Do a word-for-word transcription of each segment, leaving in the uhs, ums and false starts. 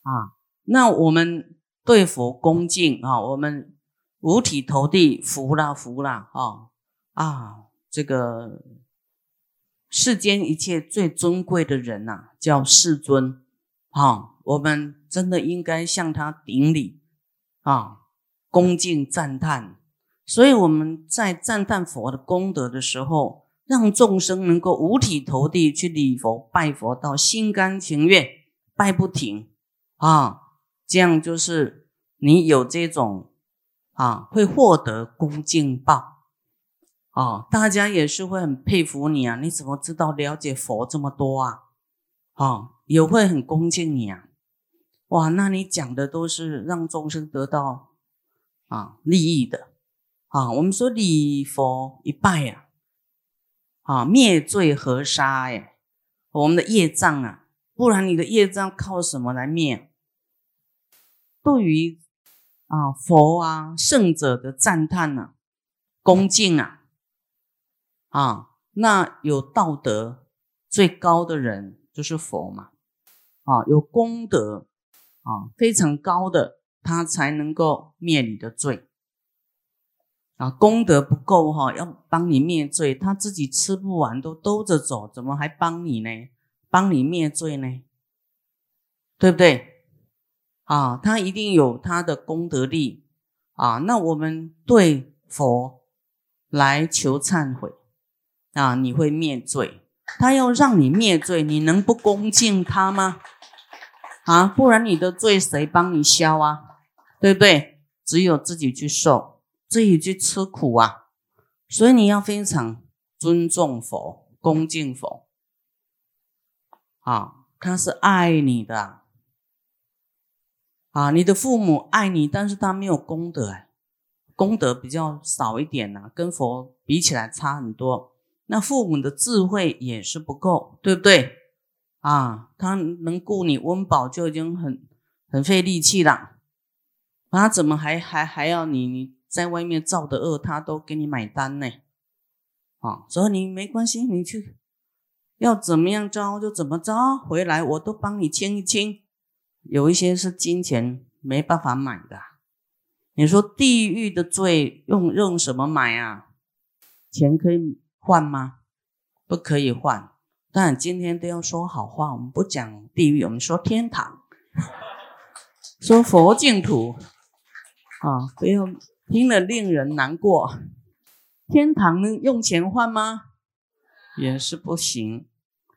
啊。那我们对佛恭敬啊，我们五体投地服啦服啦啊啊，这个世间一切最尊贵的人呐、啊，叫世尊啊，我们真的应该向他顶礼啊，恭敬赞叹。所以我们在赞叹佛的功德的时候，让众生能够五体投地去礼佛拜佛，到心甘情愿拜不停啊，这样就是你有这种啊，会获得恭敬报啊，大家也是会很佩服你啊，你怎么知道了解佛这么多啊？啊，也会很恭敬你啊。哇，那你讲的都是让众生得到啊利益的啊。我们说礼佛一拜呀、啊，啊灭罪河沙哎，我们的业障啊，不然你的业障靠什么来灭？对于啊佛啊圣者的赞叹啊，恭敬啊，啊，那有道德最高的人就是佛嘛，啊，有功德啊非常高的，他才能够灭你的罪啊。功德不够哈、啊，要帮你灭罪，他自己吃不完都兜着走，怎么还帮你呢？帮你灭罪呢？对不对？啊，他一定有他的功德力啊。那我们对佛来求忏悔啊，你会灭罪，他要让你灭罪，你能不恭敬他吗？啊，不然你的罪谁帮你消啊？对不对？只有自己去受，自己去吃苦啊。所以你要非常尊重佛，恭敬佛啊，他是爱你的啊。啊，你的父母爱你，但是他没有功德，功德比较少一点啊，跟佛比起来差很多。那父母的智慧也是不够，对不对？啊，他能顾你温饱就已经很很费力气了，他怎么还还还要你你在外面造的恶，他都给你买单呢？啊，所以你没关系，你去要怎么样招就怎么招，回来我都帮你清一清。有一些是金钱没办法买的，你说地狱的罪用用什么买啊？钱可以换吗？不可以换。但今天都要说好话，我们不讲地狱，我们说天堂，说佛净土啊，不要听了令人难过。天堂能用钱换吗？也是不行，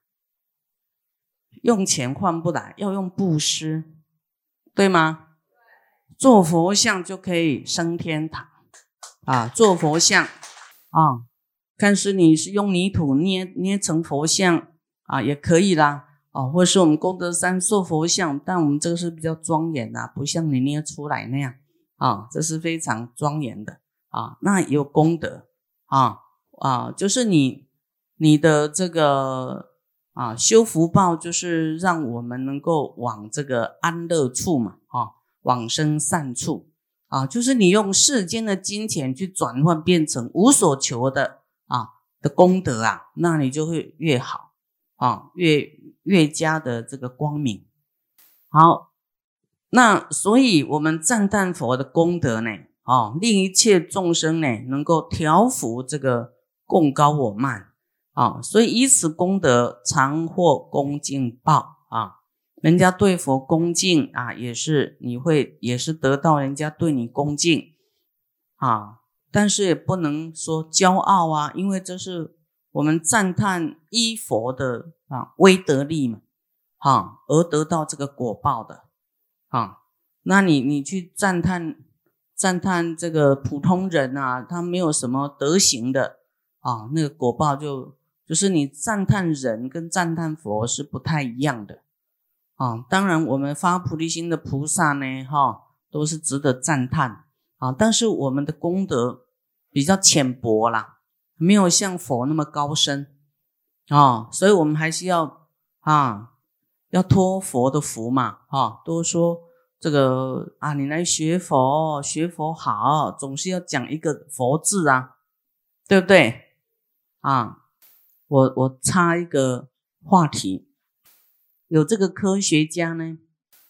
用钱换不来，要用布施，对吗？做佛像就可以升天堂啊！做佛像啊，看是你是用泥土捏捏成佛像啊，也可以啦啊，或者是我们功德山做佛像，但我们这个是比较庄严的、啊，不像你捏出来那样啊，这是非常庄严的啊，那有功德啊啊，就是你你的这个啊修福报，就是让我们能够往这个安乐处嘛啊。往生善处啊，就是你用世间的金钱去转换变成无所求的啊的功德啊，那你就会越好啊，越越加的这个光明。好，那所以我们赞叹佛的功德呢，啊，令一切众生呢能够调伏这个共高我慢啊，所以以此功德常获恭敬报啊。人家对佛恭敬啊，也是你会也是得到人家对你恭敬啊，但是也不能说骄傲啊，因为这是我们赞叹依佛的啊威德力嘛，啊而得到这个果报的啊。那你你去赞叹赞叹这个普通人啊，他没有什么德行的啊，那个果报就就是你赞叹人跟赞叹佛是不太一样的。啊，当然我们发菩提心的菩萨呢，哈，都是值得赞叹啊。但是我们的功德比较浅薄啦，没有像佛那么高深啊，所以我们还是要啊，要托佛的福嘛，啊，多说这个啊，你来学佛，学佛好，总是要讲一个佛字啊，对不对？啊，我我插一个话题。有这个科学家呢，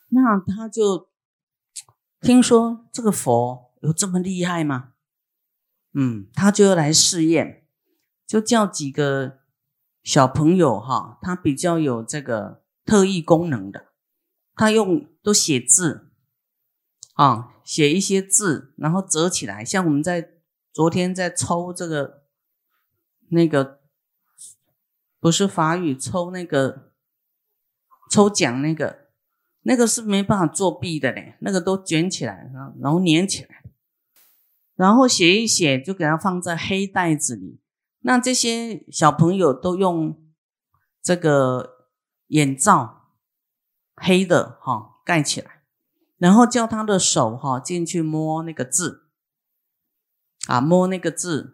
那他就听说这个佛有这么厉害吗？嗯，他就来试验，就叫几个小朋友哈，他比较有这个特异功能的，他用都写字啊，写一些字，然后折起来，像我们在昨天在抽这个那个不是法语抽那个抽奖那个。那个是没办法作弊的嘞，那个都卷起来，然后粘起来，然后写一写就给它放在黑袋子里。那这些小朋友都用这个眼罩黑的哈盖起来，然后叫他的手哈进去摸那个字啊，摸那个字，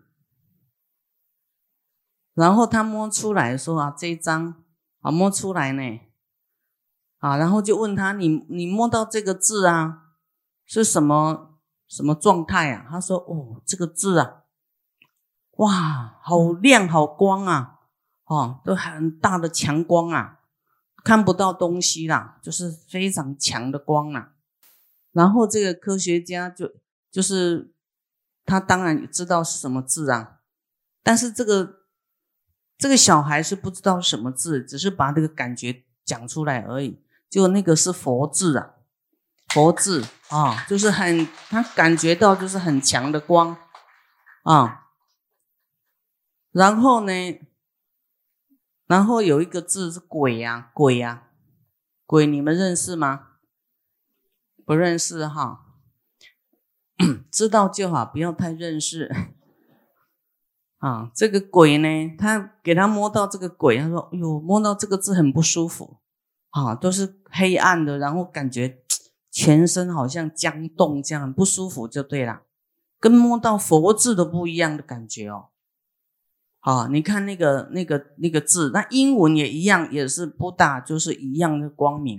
然后他摸出来说啊，这一张啊摸出来呢。啊，然后就问他，你你摸到这个字啊，是什么什么状态啊？他说，哦，这个字啊，哇，好亮，好光啊，哦，都很大的强光啊，看不到东西啦，就是非常强的光啦。然后这个科学家就就是他当然知道是什么字啊，但是这个这个小孩是不知道什么字，只是把这个感觉讲出来而已。就那个是佛字啊，佛字啊，就是很他感觉到就是很强的光啊。然后呢，然后有一个字是鬼啊，鬼啊，鬼你们认识吗？不认识哈，知道就好，不要太认识啊。这个鬼呢，他给他摸到这个鬼，他说：“哎呦，摸到这个字很不舒服。”啊，都是黑暗的，然后感觉全身好像僵冻这样，很不舒服就对了，跟摸到佛字都不一样的感觉哦。好，你看那个那个那个字，那英文也一样，也是不大，就是一样的光明。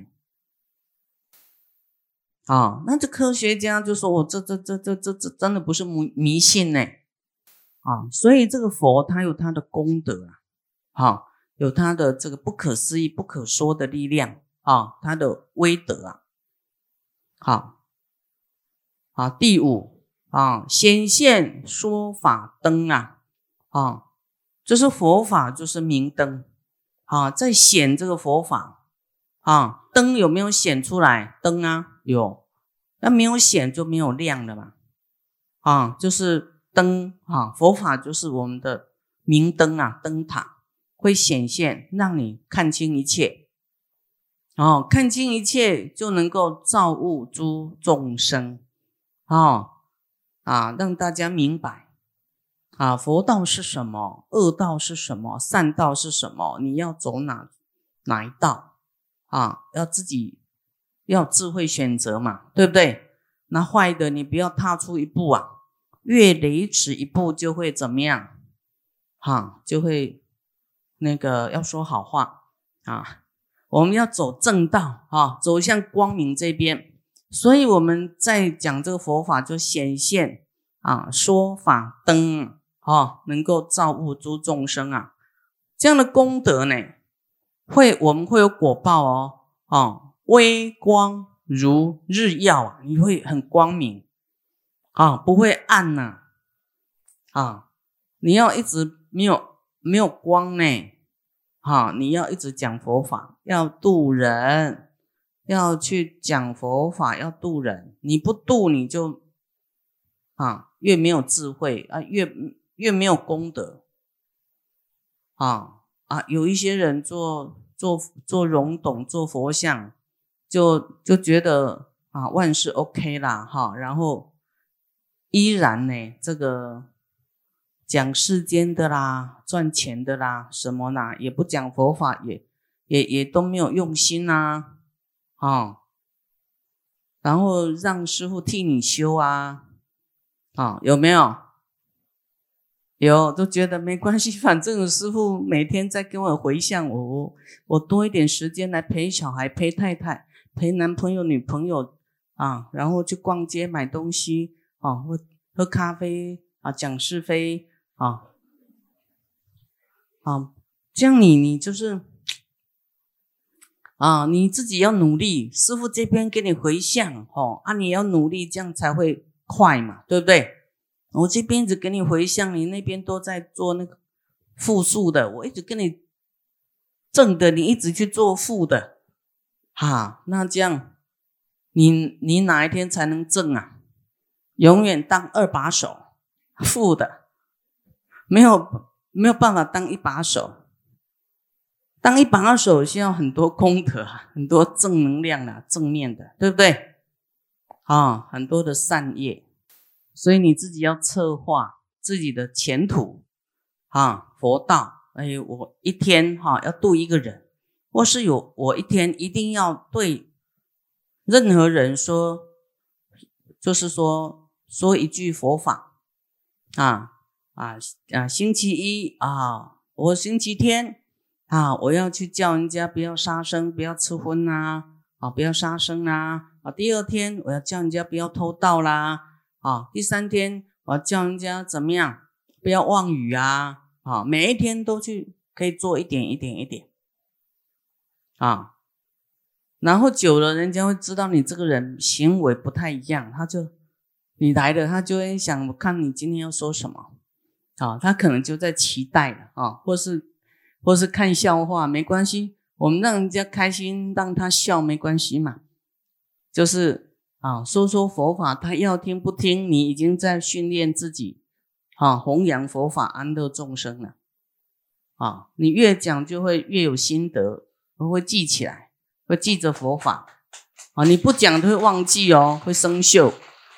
啊，那这科学家就说：“我、哦、这这这这这这真的不是迷迷信呢。”啊，所以这个佛他有他的功德啊，好。有他的这个不可思议、不可说的力量啊，他的威德啊，好，好，第五啊，显现说法灯啊，啊，就是佛法就是明灯啊，在显这个佛法啊，灯有没有显出来？灯啊，有，那没有显就没有亮了嘛，啊，就是灯啊，佛法就是我们的明灯啊，灯塔。会显现，让你看清一切，哦，看清一切就能够造物诸众生，哦，啊，让大家明白，啊，佛道是什么，恶道是什么，善道是什么，你要走哪哪一道啊？要自己要智慧选择嘛，对不对？那坏的你不要踏出一步啊，越雷池一步就会怎么样？哈，就会。那个要说好话啊，我们要走正道啊，走向光明这边。所以我们在讲这个佛法，就显现啊，说法灯啊，能够造物诸众生啊，这样的功德呢，会我们会有果报哦，啊，微光如日耀啊，你会很光明啊，不会暗呐 啊, 啊，你要一直没有。没有光呢，哈，你要一直讲佛法，要度人，要去讲佛法，要度人。你不度，你就啊越没有智慧啊，越越没有功德啊啊！有一些人做做做溶洞，做佛像，就就觉得啊万事 OK 啦哈，然后依然呢这个。讲世间的啦，赚钱的啦，什么啦，也不讲佛法，也也也都没有用心啊，哦，然后让师父替你修啊，哦，有没有？有，都觉得没关系，反正师父每天在跟我回向，我我多一点时间来陪小孩、陪太太、陪男朋友、女朋友啊，然后去逛街买东西啊，喝喝咖啡啊，讲是非。啊，啊，这样你你就是啊，你自己要努力，师父这边给你回向哦，啊，你要努力，这样才会快嘛，对不对？我这边一直给你回向，你那边都在做那个负数的，我一直跟你正的，你一直去做负的，哈，那这样你你哪一天才能正啊？永远当二把手，负的，没有没有办法当一把手。当一把手需要很多功德，很多正能量啊，正面的，对不对？啊，很多的善业，所以你自己要策划自己的前途啊，佛道。哎，我一天哈、啊、要度一个人，或是有我一天一定要对任何人说，就是说说一句佛法啊啊啊，星期一啊，我星期天。啊，我要去叫人家不要杀生，不要吃荤啊，啊，不要杀生啊。啊，第二天我要叫人家不要偷盗啦，啊，第三天我要叫人家怎么样，不要妄语啊，啊，每一天都去可以做一点一点一点，啊，然后久了，人家会知道你这个人行为不太一样，他就你来了，他就会想，我看你今天要说什么，啊，他可能就在期待了啊，或是。或是看笑话没关系，我们让人家开心，让他笑没关系嘛。就是啊，说说佛法，他要听不听，你已经在训练自己啊，弘扬佛法，安乐众生了啊。你越讲就会越有心得，会记起来，会记着佛法啊。你不讲都会忘记哦，会生锈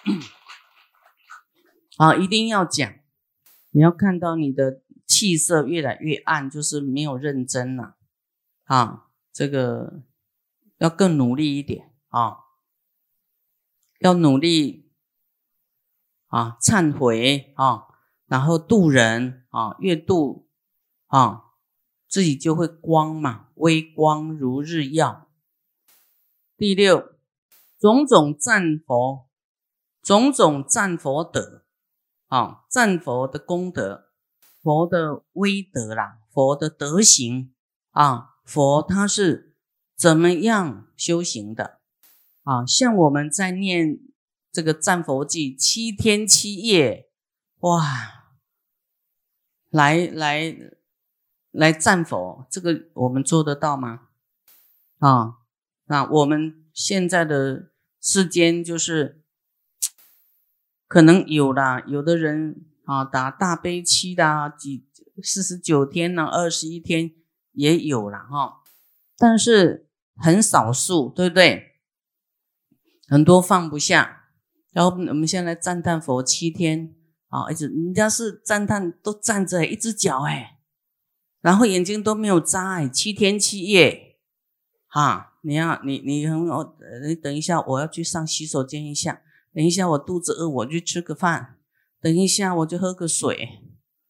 啊。一定要讲，你要看到你的气色越来越暗，就是没有认真了啊！这个要更努力一点啊，要努力啊，忏悔啊，然后度人啊，越度啊，自己就会光嘛，微光如日耀。第六，种种赞佛，种种赞佛德啊，赞佛的功德。佛的威德啦，佛的德行啊，佛他是怎么样修行的啊？像我们在念这个赞佛记七天七夜，哇，来来来赞佛，这个我们做得到吗？啊，那我们现在的世间就是可能有啦，有的人。啊，打大悲七的几四十九天呢，二十一天也有了哈，但是很少数，对不对？很多放不下。然后我们现在来赞叹佛七天啊，一直人家是赞叹都站着一只脚哎，然后眼睛都没有眨哎，七天七夜哈，你要你你很哦，你等一下，我要去上洗手间一下，等一下我肚子饿，我去吃个饭。等一下我就喝个水，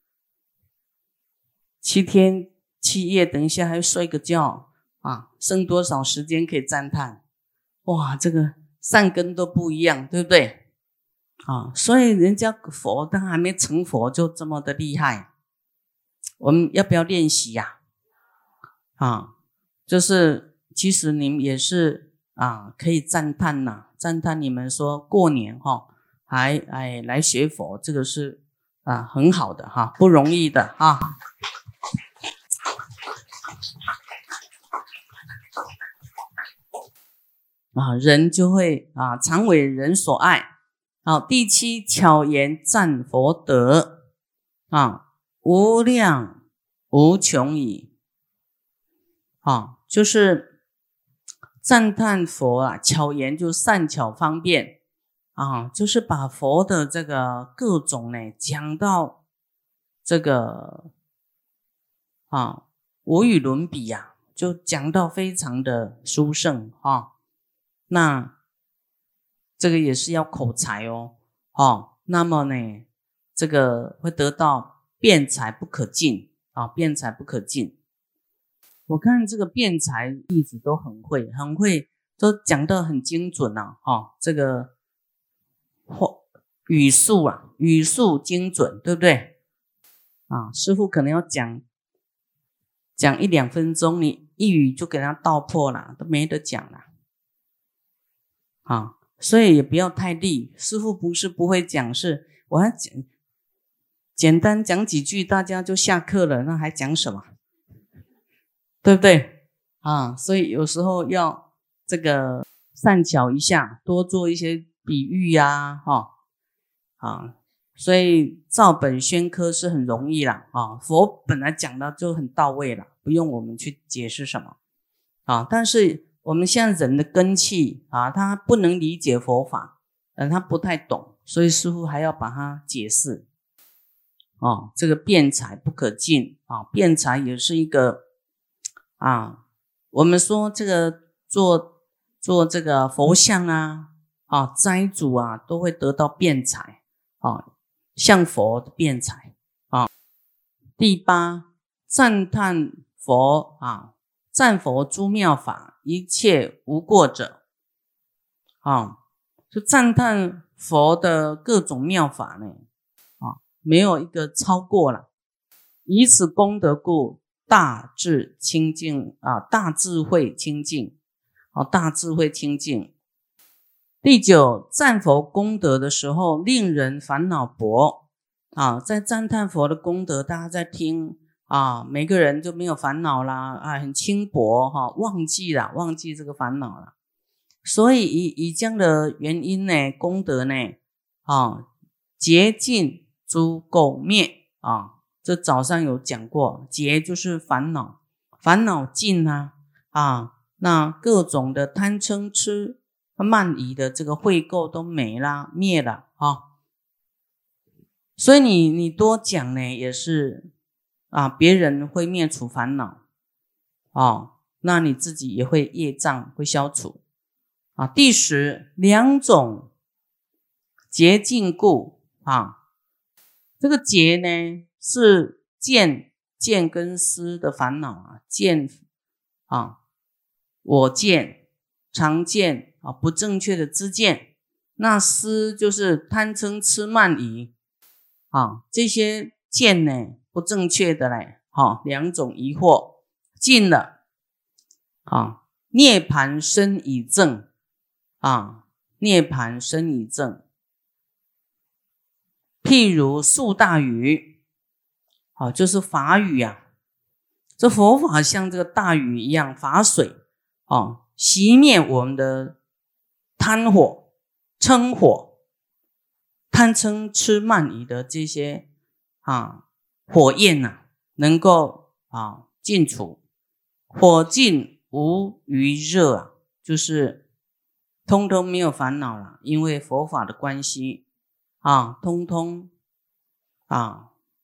七天七夜，等一下还要睡个觉啊，剩多少时间可以赞叹？哇，这个善根都不一样，对不对？啊，所以人家佛他还没成佛就这么的厉害，我们要不要练习呀？啊，啊，就是其实你们也是啊，可以赞叹呐、啊，赞叹你们说过年哈、哦。还哎来学佛，这个是啊很好的哈，不容易的哈。啊，人就会啊常为人所爱。好，第七，巧言赞佛德啊，无量无穷矣。啊，就是赞叹佛啊，巧言就善巧方便。啊，就是把佛的这个各种呢讲到这个啊无与伦比呀、啊，就讲到非常的殊胜啊。那这个也是要口才哦，哦，那么呢，这个会得到辩才不可尽啊，辩才不可尽。我看这个辩才弟子都很会，很会，都讲得很精准啊，哦，这个。语速啊，语速精准，对不对？啊，师父可能要讲讲一两分钟，你一语就给他道破了，都没得讲了。啊，所以也不要太利。师父不是不会讲，是我要讲简单讲几句，大家就下课了，那还讲什么？对不对？啊，所以有时候要这个善巧一下，多做一些比喻呀，哈，啊，所以照本宣科是很容易啦，啊，佛本来讲的就很到位了，不用我们去解释什么，啊，但是我们现在人的根器啊，他不能理解佛法，嗯，他不太懂，所以师父还要把它解释，哦，这个辩才不可尽啊，辩才也是一个啊，我们说这个做做这个佛像啊，啊，斋主啊，都会得到辩才啊，像佛的辩才啊。第八，赞叹佛啊，赞佛诸妙法，一切无过者啊，就赞叹佛的各种妙法呢，啊，没有一个超过了，以此功德故。大智清净啊，大智慧清净，啊，大智慧清净。第九，赞佛功德的时候，令人烦恼薄啊，在赞叹佛的功德，大家在听啊，每个人就没有烦恼啦，啊，很轻薄哈、啊，忘记了，忘记这个烦恼了。所以以以这样的原因呢，功德呢，啊，竭尽诸垢灭啊。这早上有讲过，劫就是烦恼，烦恼尽啊，啊，那各种的贪嗔痴慢疑的这个秽垢都没了，灭了啊。所以你你多讲呢，也是啊，别人会灭除烦恼啊，那你自己也会业障会消除啊。第十，两种劫尽故啊，这个劫呢。是见见跟思的烦恼啊，见啊，我见、常见啊，不正确的知见，那思就是贪嗔痴慢疑啊，这些见呢不正确的嘞，哈，两种疑惑尽了啊，涅盘生以正啊，涅盘生以正，譬如数大雨。好，就是法雨啊，这佛法像这个大雨一样，法水哦，熄灭我们的贪火、嗔火、贪嗔痴慢疑的这些啊火焰呐、啊，能够啊尽除，火尽无余热啊，就是通通没有烦恼了，因为佛法的关系啊，通通啊。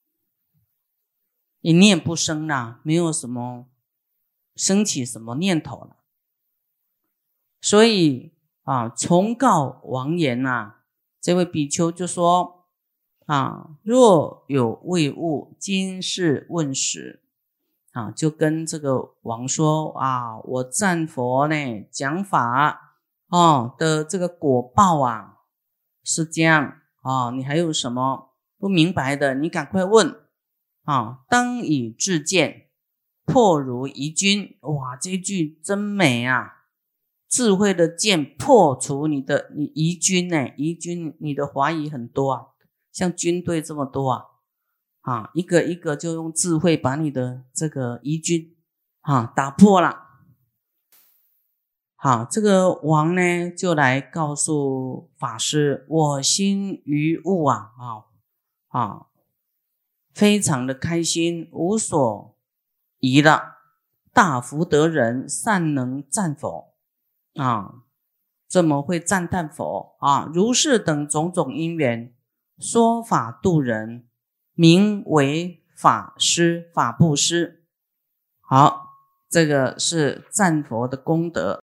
一念不生啦，没有什么升起什么念头了，所以啊，重告王言呐、啊，这位比丘就说啊，若有未悟，今世问时啊，就跟这个王说啊，我赞佛呢讲法哦的这个果报啊是这样啊，你还有什么不明白的，你赶快问。啊，当以智见破如疑君，哇，这一句真美啊！智慧的见破除你的你疑君呢，疑君你的怀疑很多啊，像军队这么多啊，啊，一个一个就用智慧把你的这个疑君啊打破了。好，这个王呢就来告诉法师，我心于物啊，啊啊。非常的开心，无所疑了，大福德人，善能赞佛啊，这么会赞叹佛啊，如是等种种因缘，说法度人，名为法师法布施。好，这个是赞佛的功德。